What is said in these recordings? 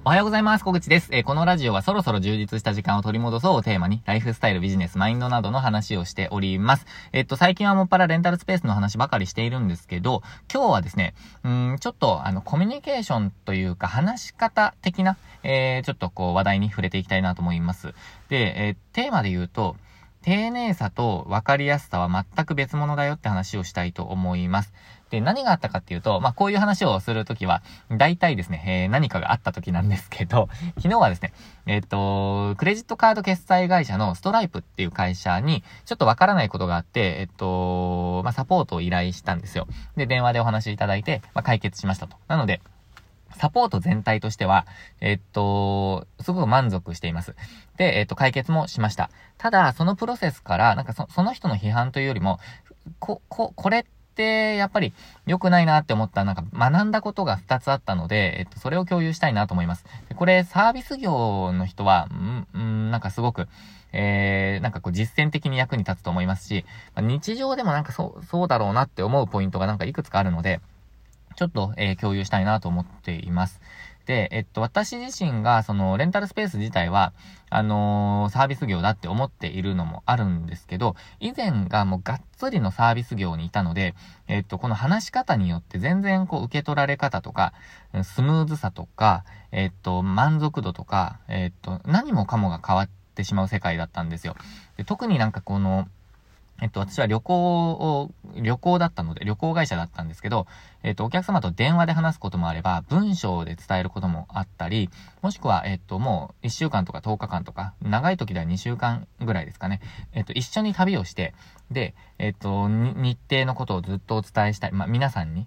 おはようございます。小口です。このラジオはそろそろ充実した時間を取り戻そうをテーマに、ライフスタイル、ビジネス、マインドなどの話をしております。最近はもっぱらレンタルスペースの話ばかりしているんですけど、今日はですね、ちょっとコミュニケーションというか話し方的な、ちょっと話題に触れていきたいなと思います。で、テーマで言うと、丁寧さと分かりやすさは全く別物だよって話をしたいと思います。で、何があったかっていうと、こういう話をするときは、大体ですね、何かがあったときなんですけど、昨日はですね、クレジットカード決済会社のストライプっていう会社に、ちょっとわからないことがあって、サポートを依頼したんですよ。で、電話でお話しいただいて、解決しましたと。なので、サポート全体としては、すごく満足しています。で、解決もしました。ただ、そのプロセスから、その人の批判というよりも、これってやっぱり良くないなって思った学んだことが2つあったので、それを共有したいなと思います。でこれサービス業の人はすごく実践的に役に立つと思いますし、日常でもそうだろうなって思うポイントがいくつかあるので、ちょっと、共有したいなと思っています。で、私自身が、レンタルスペース自体は、サービス業だって思っているのもあるんですけど、以前がもうがっつりのサービス業にいたので、この話し方によって全然受け取られ方とか、スムーズさとか、満足度とか、何もかもが変わってしまう世界だったんですよ。で特に私は旅行だったので、旅行会社だったんですけど、お客様と電話で話すこともあれば、文章で伝えることもあったり、もしくは、もう1週間とか10日間とか、長い時では2週間ぐらいですかね。一緒に旅をして、で、日程のことをずっとお伝えしたい。皆さんに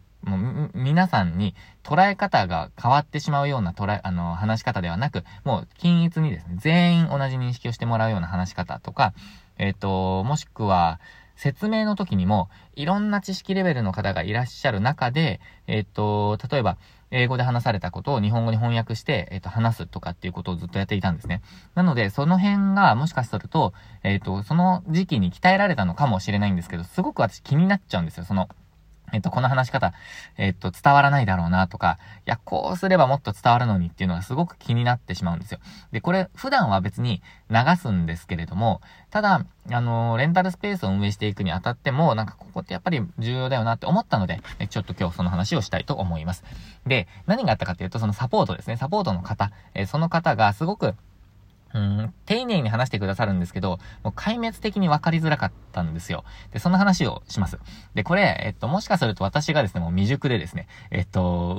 捉え方が変わってしまうような話し方ではなく、もう均一にですね、全員同じ認識をしてもらうような話し方とか、もしくは、説明の時にも、いろんな知識レベルの方がいらっしゃる中で、例えば、英語で話されたことを日本語に翻訳して、話すとかっていうことをずっとやっていたんですね。なので、その辺が、もしかすると、その時期に鍛えられたのかもしれないんですけど、すごく私気になっちゃうんですよ。この話し方、伝わらないだろうなとか、いや、こうすればもっと伝わるのにっていうのがすごく気になってしまうんですよ。で、これ、普段は別に流すんですけれども、ただ、レンタルスペースを運営していくにあたっても、ここってやっぱり重要だよなって思ったので、ちょっと今日その話をしたいと思います。で、何があったかっていうと、そのサポートですね。サポートの方、その方がすごく、丁寧に話してくださるんですけど、もう壊滅的に分かりづらかったんですよ。で、その話をします。で、これ、もしかすると私がですね、もう未熟でですね、そ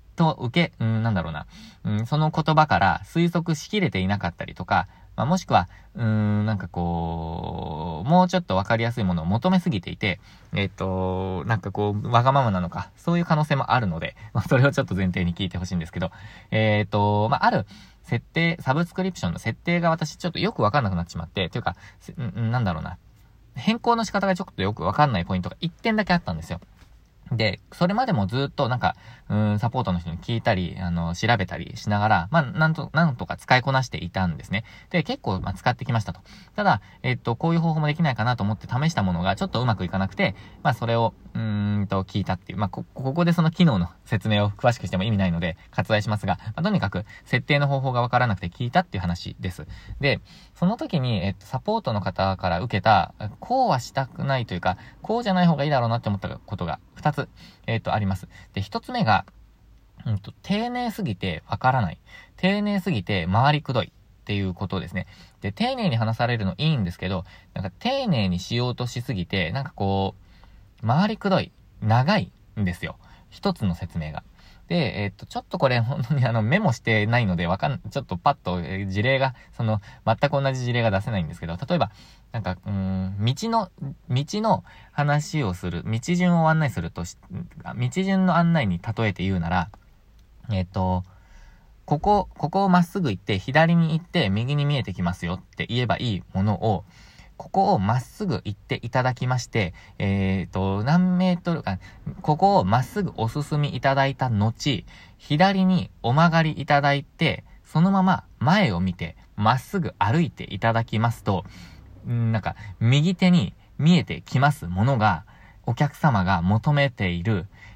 の言葉から推測しきれていなかったりとか、もしくは、もうちょっと分かりやすいものを求めすぎていて、わがままなのか、そういう可能性もあるので、それをちょっと前提に聞いてほしいんですけど、ある設定、サブスクリプションの設定が私ちょっとよくわかんなくなっちまって、というか、変更の仕方がちょっとよくわかんないポイントが1点だけあったんですよ。で、それまでもずっとサポートの人に聞いたり、調べたりしながら、なんとか使いこなしていたんですね。で、結構、使ってきましたと。ただ、こういう方法もできないかなと思って試したものがちょっとうまくいかなくて、それを、聞いたっていう、ここでその機能の説明を詳しくしても意味ないので、割愛しますが、とにかく、設定の方法がわからなくて聞いたっていう話です。で、その時に、サポートの方から受けた、こうはしたくないというか、こうじゃない方がいいだろうなって思ったことが2つ、あります。で、1つ目が、丁寧すぎてわからない。丁寧すぎて回りくどいっていうことですね。で、丁寧に話されるのいいんですけど、丁寧にしようとしすぎて、回りくどい、長いんですよ。一つの説明が。で、ちょっとこれ本当にメモしてないのでちょっとパッと事例が、全く同じ事例が出せないんですけど、例えば、道の話をする、道順を案内すると道順の案内に例えて言うなら、ここをまっすぐ行って、左に行って、右に見えてきますよって言えばいいものを、ここをまっすぐ行っていただきまして、何メートルか、ここをまっすぐお進みいただいた後、左にお曲がりいただいて、そのまま前を見て、まっすぐ歩いていただきますと、右手に見えてきますものが、お客様が求めている、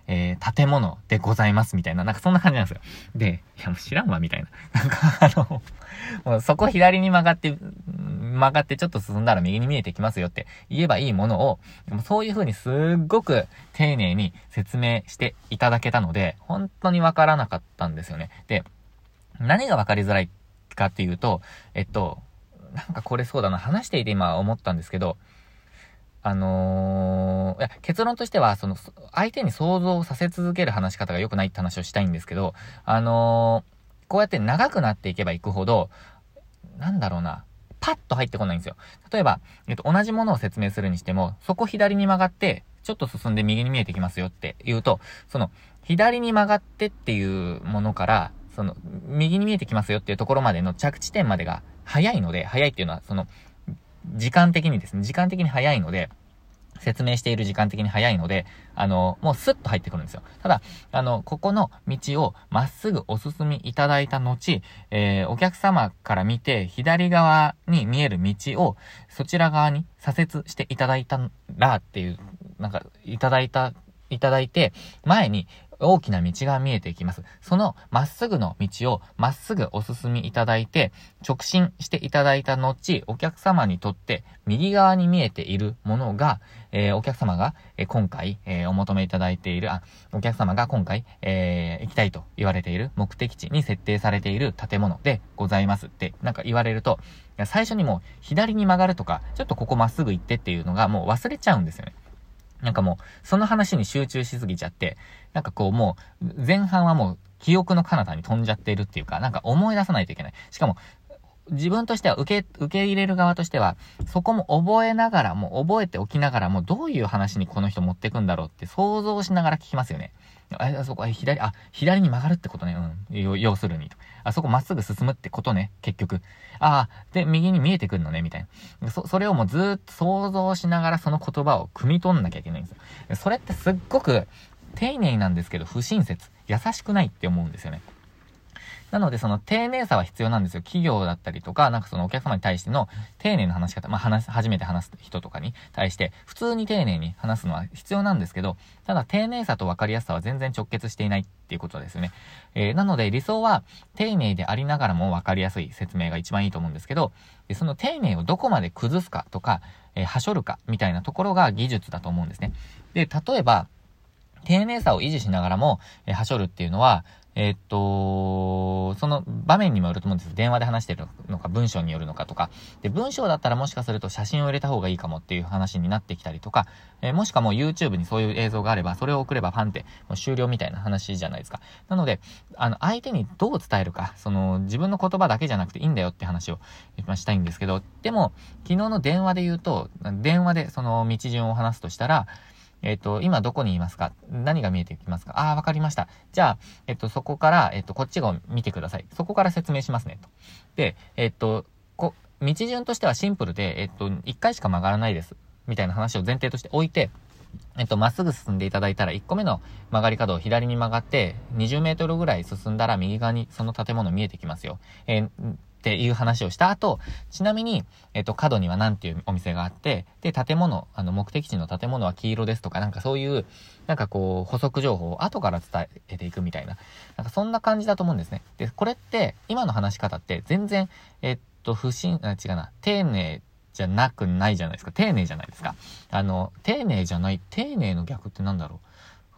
建物でございますみたいな、なんかそんな感じなんですよ。で、いやもう知らんわみたいな。なんかもうそこ左に曲がってちょっと進んだら右に見えてきますよって言えばいいものを、でもそういう風にすっごく丁寧に説明していただけたので、本当にわからなかったんですよね。で、何がわかりづらいかっていうと、なんかこれそうだな、話していて今思ったんですけど、いや、結論としては、相手に想像させ続ける話し方が良くないって話をしたいんですけど、こうやって長くなっていけばいくほど、なんだろうな、パッと入ってこないんですよ。例えば、同じものを説明するにしても、そこ左に曲がって、ちょっと進んで右に見えてきますよって言うと、左に曲がってっていうものから、右に見えてきますよっていうところまでの着地点までが早いので、早いっていうのは、時間的に早いので、説明している時間的に早いので、もうスッと入ってくるんですよ。ただ、ここの道をまっすぐお進みいただいた後、お客様から見て、左側に見える道を、そちら側に左折していただいたらっていう、なんか、いただいて、前に、大きな道が見えてきます。そのまっすぐの道をまっすぐお進みいただいて、直進していただいた後、お客様にとって右側に見えているものが、お客様が、今回、お求めいただいている、お客様が今回、行きたいと言われている目的地に設定されている建物でございますってなんか言われると、最初にもう左に曲がるとか、ちょっとここまっすぐ行ってっていうのがもう忘れちゃうんですよね。なんかもう、その話に集中しすぎちゃって、なんかこうもう、前半はもう、記憶の彼方に飛んじゃっているっていうか、なんか思い出さないといけない。しかも、自分としては受け入れる側としては、そこも覚えておきながらも、どういう話にこの人持ってくんだろうって想像しながら聞きますよね。そこは左に曲がるってことね。要するに。そこまっすぐ進むってことね、結局。で、右に見えてくるのね、みたいな。それをもうずーっと想像しながらその言葉を汲み取んなきゃいけないんですよ。それってすっごく丁寧なんですけど、不親切、優しくないって思うんですよね。なので、その丁寧さは必要なんですよ。企業だったりとか、なんかそのお客様に対しての丁寧な話し方、初めて話す人とかに対して、普通に丁寧に話すのは必要なんですけど、ただ丁寧さと分かりやすさは全然直結していないっていうことですよね。なので理想は丁寧でありながらも分かりやすい説明が一番いいと思うんですけど、その丁寧をどこまで崩すかとか、はしょるかみたいなところが技術だと思うんですね。で、例えば、丁寧さを維持しながらも、はしょるっていうのは、その場面にもよると思うんです。電話で話してるのか、文章によるのかとか。で、文章だったらもしかすると写真を入れた方がいいかもっていう話になってきたりとか、もしかも YouTube にそういう映像があれば、それを送ればファンってもう終了みたいな話じゃないですか。なので、相手にどう伝えるか、自分の言葉だけじゃなくていいんだよって話をしたいんですけど、でも、昨日の電話で言うと、電話でその道順を話すとしたら、今どこにいますか？何が見えてきますか？わかりました。じゃあ、そこから、こっちを見てください。そこから説明しますね、と。で、道順としてはシンプルで、1回しか曲がらないです。みたいな話を前提として置いて、まっすぐ進んでいただいたら、1個目の曲がり角を左に曲がって、20メートルぐらい進んだら右側にその建物見えてきますよ。っていう話をした後、ちなみに、角には何ていうお店があって、で、目的地の建物は黄色ですとか、なんかそういう、なんかこう、補足情報を後から伝えていくみたいな、なんかそんな感じだと思うんですね。で、これって、今の話し方って全然、違うな、丁寧じゃなくないじゃないですか。丁寧じゃないですか。丁寧の逆ってなんだろう。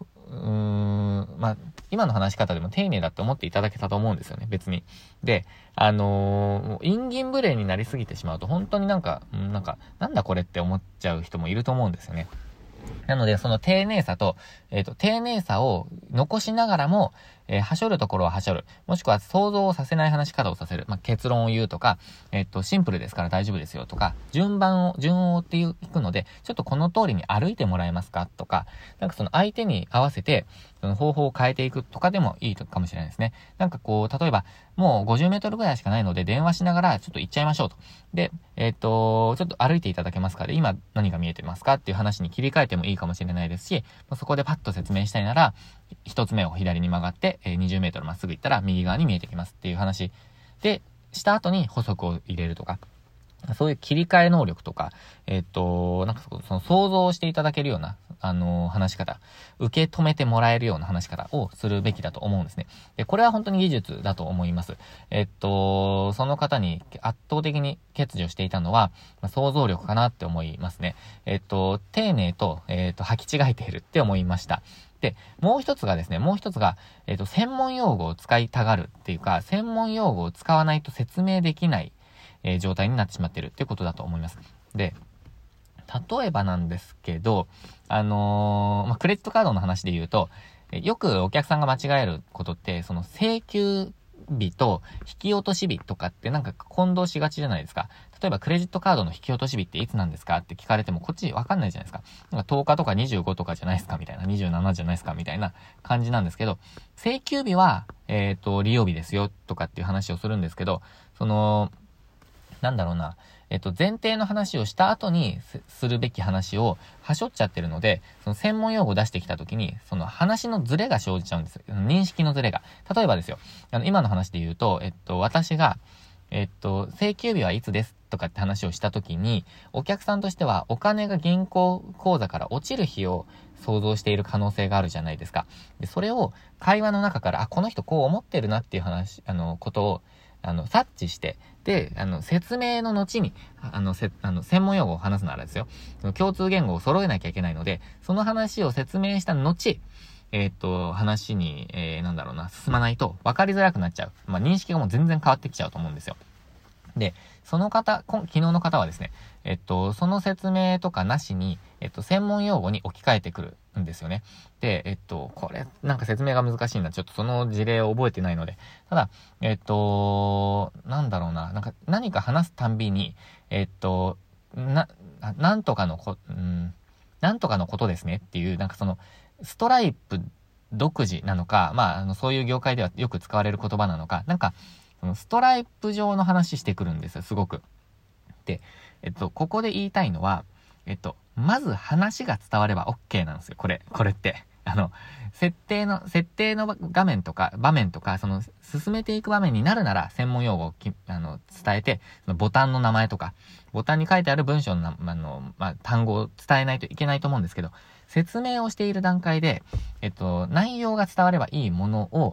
今の話し方でも丁寧だって思っていただけたと思うんですよね、別に。で、陰銀無礼になりすぎてしまうと、本当になんだこれって思っちゃう人もいると思うんですよね。なので、その丁寧さと、丁寧さを残しながらも、はしょるところははしょる。もしくは想像をさせない話し方をさせる。結論を言うとか、シンプルですから大丈夫ですよとか、順を追っていくので、ちょっとこの通りに歩いてもらえますかとか、なんかその相手に合わせて、その方法を変えていくとかでもいいかもしれないですね。なんかこう、例えば、もう50メートルぐらいしかないので、電話しながらちょっと行っちゃいましょうと。で、ちょっと歩いていただけますかで、今何が見えてますかっていう話に切り替えてもいいかもしれないですし、そこでパッと説明したいなら、一つ目を左に曲がって、20メートルまっすぐ行ったら右側に見えてきますっていう話で、した後に補足を入れるとか、そういう切り替え能力とか、なんかその想像していただけるような、 話し方、受け止めてもらえるような話し方をするべきだと思うんですね。で、これは本当に技術だと思います。その方に圧倒的に欠如していたのは、想像力かなって思いますね。丁寧と、履き違えているって思いました。で、もう一つが、専門用語を使いたがるっていうか、専門用語を使わないと説明できない、状態になってしまっているっていうことだと思います。で、例えばなんですけど、クレジットカードの話で言うと、よくお客さんが間違えることって、その請求日と引き落とし日とかってなんか混同しがちじゃないですか。例えばクレジットカードの引き落とし日っていつなんですかって聞かれてもこっちわかんないじゃないですか。なんか10日とか25とかじゃないですかみたいな、27じゃないですかみたいな感じなんですけど、請求日は、利用日ですよとかっていう話をするんですけど、前提の話をした後にするべき話をはしょっちゃってるので、その専門用語を出してきた時に、その話のズレが生じちゃうんです。認識のズレが。例えばですよ、今の話で言うと、私が、請求日はいつですとかって話をした時に、お客さんとしてはお金が銀行口座から落ちる日を想像している可能性があるじゃないですか。で、それを会話の中から、この人こう思ってるなっていう話、ことを、察知して、で、説明の後に、専門用語を話すならですよ、共通言語を揃えなきゃいけないので、その話を説明した後、話に、進まないと分かりづらくなっちゃう。認識がもう全然変わってきちゃうと思うんですよ。で、その方、昨日の方はですね、その説明とかなしに、専門用語に置き換えてくるんですよね。で、これ、なんか説明が難しいな。ちょっとその事例を覚えてないので。ただ、何か話すたんびに、なんとかのことですねっていう、ストライプ独自なのか、そういう業界ではよく使われる言葉なのか、そのストライプ上の話してくるんですよ、すごく。で、ここで言いたいのは、まず話が伝われば OK なんですよ、これって。設定の画面とか、場面とか、進めていく場面になるなら、専門用語を伝えて、そのボタンの名前とか、ボタンに書いてある文章の単語を伝えないといけないと思うんですけど、説明をしている段階で、内容が伝わればいいものを、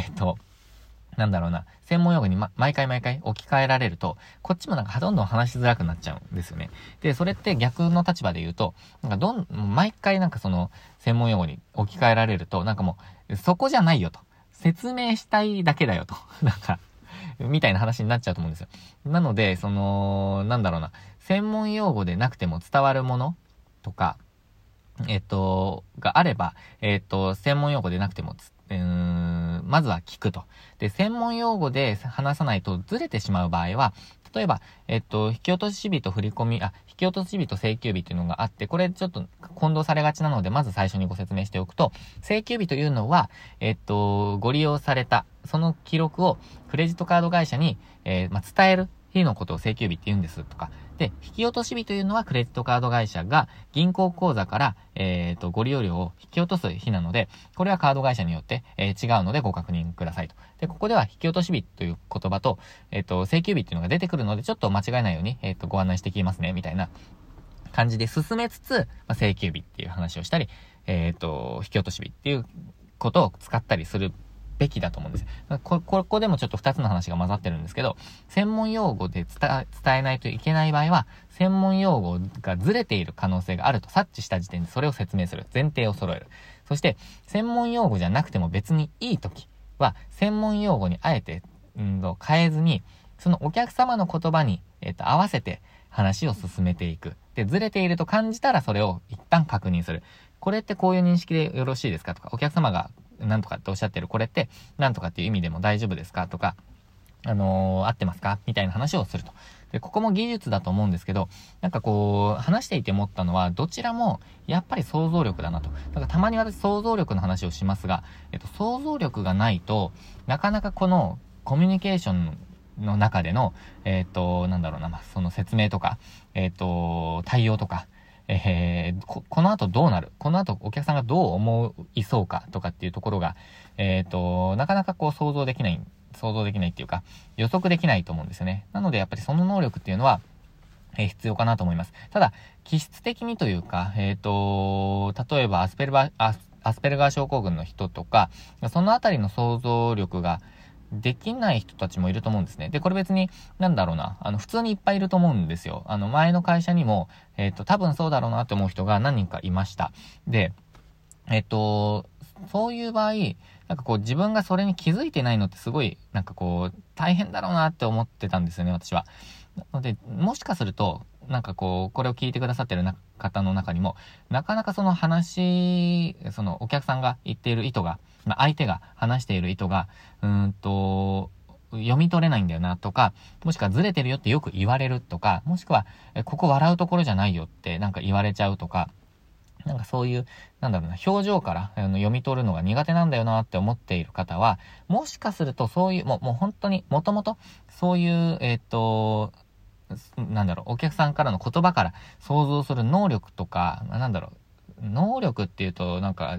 専門用語に毎回置き換えられると、こっちもどんどん話しづらくなっちゃうんですよね。で、それって逆の立場で言うと、毎回その専門用語に置き換えられると、そこじゃないよと。説明したいだけだよと。みたいな話になっちゃうと思うんですよ。なので、専門用語でなくても伝わるものとか、があれば、専門用語でなくてもまずは聞くと。で、専門用語で話さないとずれてしまう場合は、例えば、引き落とし日と引き落とし日と請求日というのがあって、これちょっと混同されがちなので、まず最初にご説明しておくと、請求日というのは、ご利用された、その記録をクレジットカード会社に、伝える日のことを請求日って言うんですとか、で、引き落とし日というのはクレジットカード会社が銀行口座から、ご利用料を引き落とす日なので、これはカード会社によって、違うのでご確認くださいと。で、ここでは引き落とし日という言葉と、請求日っていうのが出てくるので、ちょっと間違えないように、ご案内していきますね、みたいな感じで進めつつ、請求日っていう話をしたり、引き落とし日っていうことを使ったりするべきだと思うんですよ。ここでもちょっと2つの話が混ざってるんですけど、専門用語で伝えないといけない場合は、専門用語がずれている可能性があると察知した時点でそれを説明する。前提を揃える。そして、専門用語じゃなくても別にいいときは、専門用語にあえて、変えずに、そのお客様の言葉に、合わせて話を進めていく。で、ずれていると感じたらそれを一旦確認する。これってこういう認識でよろしいですかとか、お客様がなんとかっておっしゃってるこれってなんとかっていう意味でも大丈夫ですかとか、合ってますかみたいな話をすると。で、ここも技術だと思うんですけど、話していて思ったのは、どちらもやっぱり想像力だなと。たまに私想像力の話をしますが、想像力がないと、なかなかこのコミュニケーションの中での、その説明とか、対応とか、この後どうなる？この後お客さんがどう思いそうかとかっていうところが、なかなか想像できないっていうか、予測できないと思うんですよね。なのでやっぱりその能力っていうのは、 必要かなと思います。ただ、気質的にというか、例えばアスペルガー症候群の人とか、そのあたりの想像力ができない人たちもいると思うんですね。で、これ別に、普通にいっぱいいると思うんですよ。前の会社にも、多分そうだろうなって思う人が何人かいました。で、そういう場合、自分がそれに気づいてないのってすごい、大変だろうなって思ってたんですよね、私は。なので、もしかすると、これを聞いてくださってる方の中にも、なかなかそのお客さんが言っている意図が、相手が話している意図が、読み取れないんだよなとか、もしくはずれてるよってよく言われるとか、もしくは、ここ笑うところじゃないよって言われちゃうとか、そういう、表情から読み取るのが苦手なんだよなって思っている方は、もしかするとそういう、もう本当に、もともと、そういう、お客さんからの言葉から想像する能力とか、能力っていうと、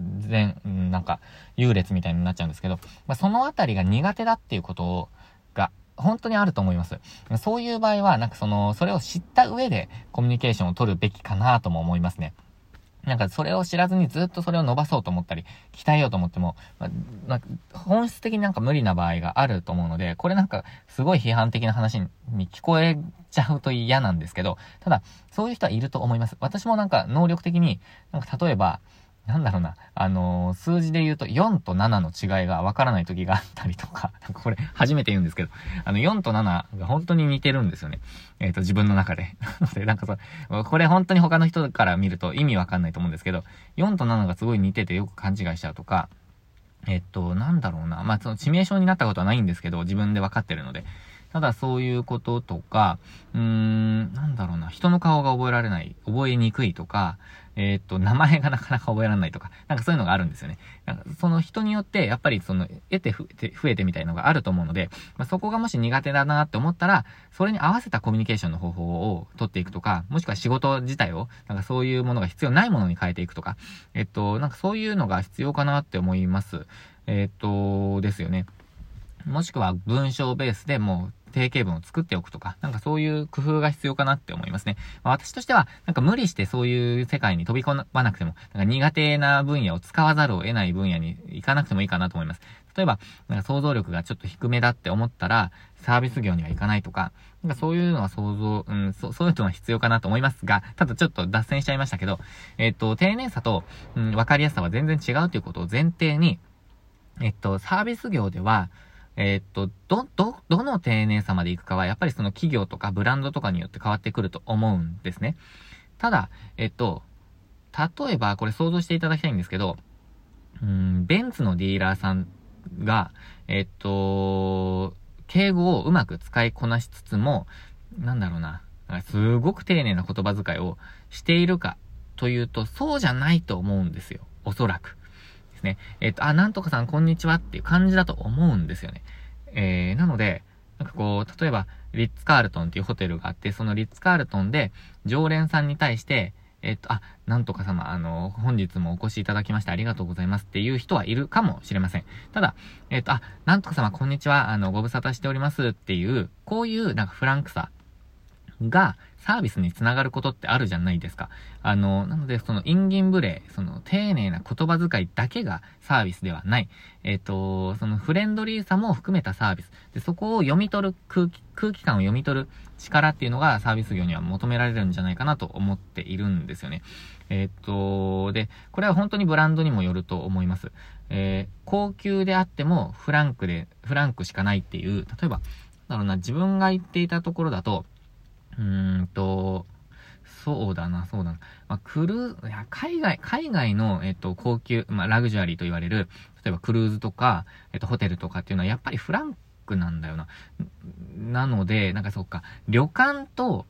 優劣みたいになっちゃうんですけど、そのあたりが苦手だっていうことが、本当にあると思います。そういう場合は、それを知った上でコミュニケーションを取るべきかなとも思いますね。それを知らずにずっとそれを伸ばそうと思ったり、鍛えようと思っても、本質的に無理な場合があると思うので、これすごい批判的な話に聞こえちゃうと嫌なんですけど、ただ、そういう人はいると思います。私も能力的に、例えば、数字で言うと4と7の違いがわからない時があったりとか、これ初めて言うんですけど、4と7が本当に似てるんですよね。自分の中で。これ本当に他の人から見ると意味わかんないと思うんですけど、4と7がすごい似ててよく勘違いしちゃうとか、その致命傷になったことはないんですけど、自分でわかってるので。ただそういうこととか、人の顔が覚えにくいとか、名前がなかなか覚えられないとか、そういうのがあるんですよね。その人によって、やっぱり得て増えてみたいのがあると思うので、そこがもし苦手だなって思ったら、それに合わせたコミュニケーションの方法を取っていくとか、もしくは仕事自体を、そういうものが必要ないものに変えていくとか、そういうのが必要かなって思います。ですよね。もしくは文章ベースでもう定型文を作っておくとか、そういう工夫が必要かなって思いますね。私としては、無理してそういう世界に飛び込まなくても、苦手な分野を使わざるを得ない分野に行かなくてもいいかなと思います。例えば、想像力がちょっと低めだって思ったら、サービス業には行かないとか、そういうのはそういうのは必要かなと思いますが、ただちょっと脱線しちゃいましたけど、丁寧さと、わかりやすさは全然違うということを前提に、サービス業では、どの丁寧さまでいくかは、やっぱりその企業とかブランドとかによって変わってくると思うんですね。ただ、例えば、これ想像していただきたいんですけど、ベンツのディーラーさんが、敬語をうまく使いこなしつつも、すごく丁寧な言葉遣いをしているかというと、そうじゃないと思うんですよ。おそらく。ですね。なんとかさんこんにちはっていう感じだと思うんですよね。なので、例えば、リッツカールトンっていうホテルがあって、そのリッツカールトンで、常連さんに対して、なんとか様、本日もお越しいただきましてありがとうございますっていう人はいるかもしれません。ただ、なんとか様こんにちは、ご無沙汰しておりますっていう、こういうフランクさがサービスにつながることってあるじゃないですか。なので、そのインギン無礼、その丁寧な言葉遣いだけがサービスではない。そのフレンドリーさも含めたサービス。で、そこを読み取る空気感を読み取る力っていうのがサービス業には求められるんじゃないかなと思っているんですよね。で、これは本当にブランドにもよると思います。高級であってもフランクしかないっていう、例えば、自分が行っていたところだと、そうだな。海外の、高級、ラグジュアリーと言われる、例えばクルーズとか、ホテルとかっていうのはやっぱりフランクなんだよな。なので、旅館と、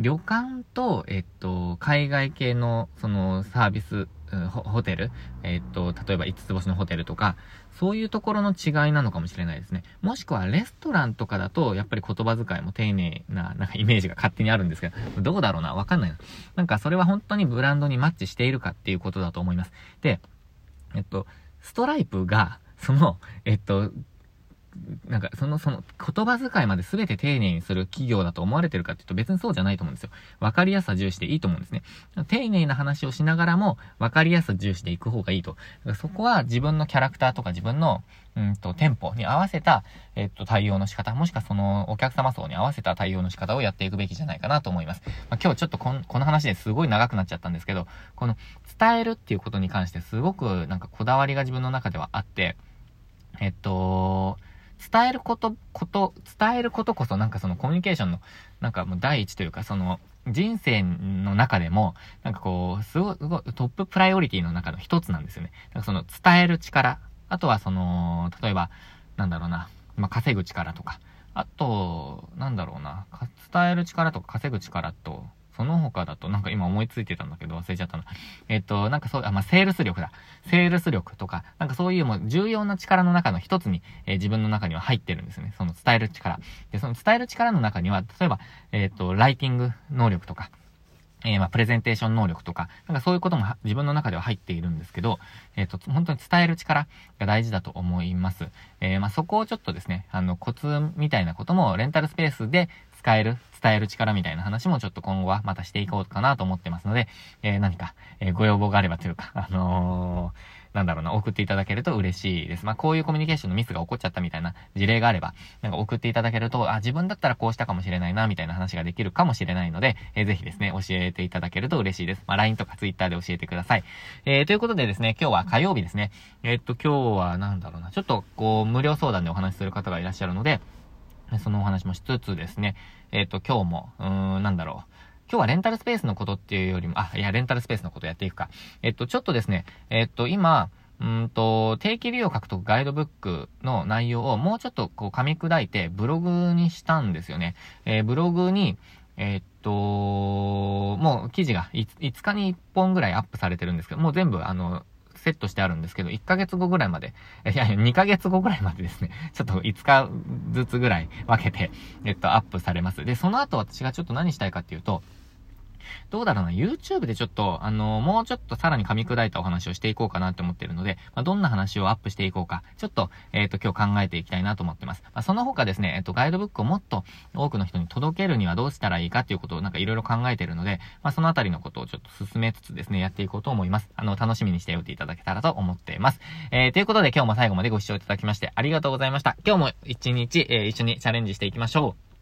海外系の、その、サービス、ホテル、例えば5つ星のホテルとか、そういうところの違いなのかもしれないですね。もしくはレストランとかだと、やっぱり言葉遣いも丁寧な、イメージが勝手にあるんですけど、どうだろうな、わかんないな。それは本当にブランドにマッチしているかっていうことだと思います。で、ストライプが、 なんかその言葉遣いまで全て丁寧にする企業だと思われてるかっていうと別にそうじゃないと思うんですよ。わかりやすさ重視でいいと思うんですね。丁寧な話をしながらもわかりやすさ重視でいく方がいいと。だからそこは自分のキャラクターとか自分のテンポに合わせた、対応の仕方、もしくはそのお客様層に合わせた対応の仕方をやっていくべきじゃないかなと思います。今日ちょっとこの話ですごい長くなっちゃったんですけど、この伝えるっていうことに関してすごくなんかこだわりが自分の中ではあって、伝えることこそなんかそのコミュニケーションのなんかもう第一というかその人生の中でもなんかこうすごいトッププライオリティの中の一つなんですよね。なんかその伝える力、あとはその例えばなんだろうな、稼ぐ力とか、あとなんだろうな、伝える力とか稼ぐ力とその他だとなんか今思いついてたんだけど忘れちゃったな。なんかそう、セールス力だ。セールス力とか、なんかそういうもう重要な力の中の一つに、自分の中には入ってるんですね。その伝える力。で、その伝える力の中には、例えば、ライティング能力とか、プレゼンテーション能力とか、なんかそういうことも自分の中では入っているんですけど、本当に伝える力が大事だと思います。そこをちょっとですね、コツみたいなこともレンタルスペースで伝える力みたいな話もちょっと今後はまたしていこうかなと思ってますので、何か、ご要望があればというか、なんだろうな、送っていただけると嬉しいです。こういうコミュニケーションのミスが起こっちゃったみたいな事例があれば、なんか送っていただけると、自分だったらこうしたかもしれないな、みたいな話ができるかもしれないので、ぜひですね、教えていただけると嬉しいです。LINE とか Twitter で教えてください。ということでですね、今日は火曜日ですね。今日はなんだろうな、ちょっとこう、無料相談でお話しする方がいらっしゃるので、そのお話もしつつですね、今日も、なんだろう。今日はレンタルスペースのことっていうよりも、レンタルスペースのことやっていくか。ちょっとですね、今、定期利用獲得ガイドブックの内容をもうちょっとこう噛み砕いてブログにしたんですよね。ブログに、もう記事が5日に1本ぐらいアップされてるんですけど、もう全部セットしてあるんですけど、1ヶ月後ぐらいまで、2ヶ月後ぐらいまでですね、ちょっと5日ずつぐらい分けて、アップされます。で、その後私がちょっと何したいかっていうと、どうだろうな、YouTube でちょっと、もうちょっとさらに噛み砕いたお話をしていこうかなって思ってるので、どんな話をアップしていこうか、ちょっと、今日考えていきたいなと思ってます。その他ですね、ガイドブックをもっと多くの人に届けるにはどうしたらいいかっていうことをなんかいろいろ考えてるので、そのあたりのことをちょっと進めつつですね、やっていこうと思います。楽しみにしておいていただけたらと思っています。ということで今日も最後までご視聴いただきましてありがとうございました。今日も一日、一緒にチャレンジしていきましょう。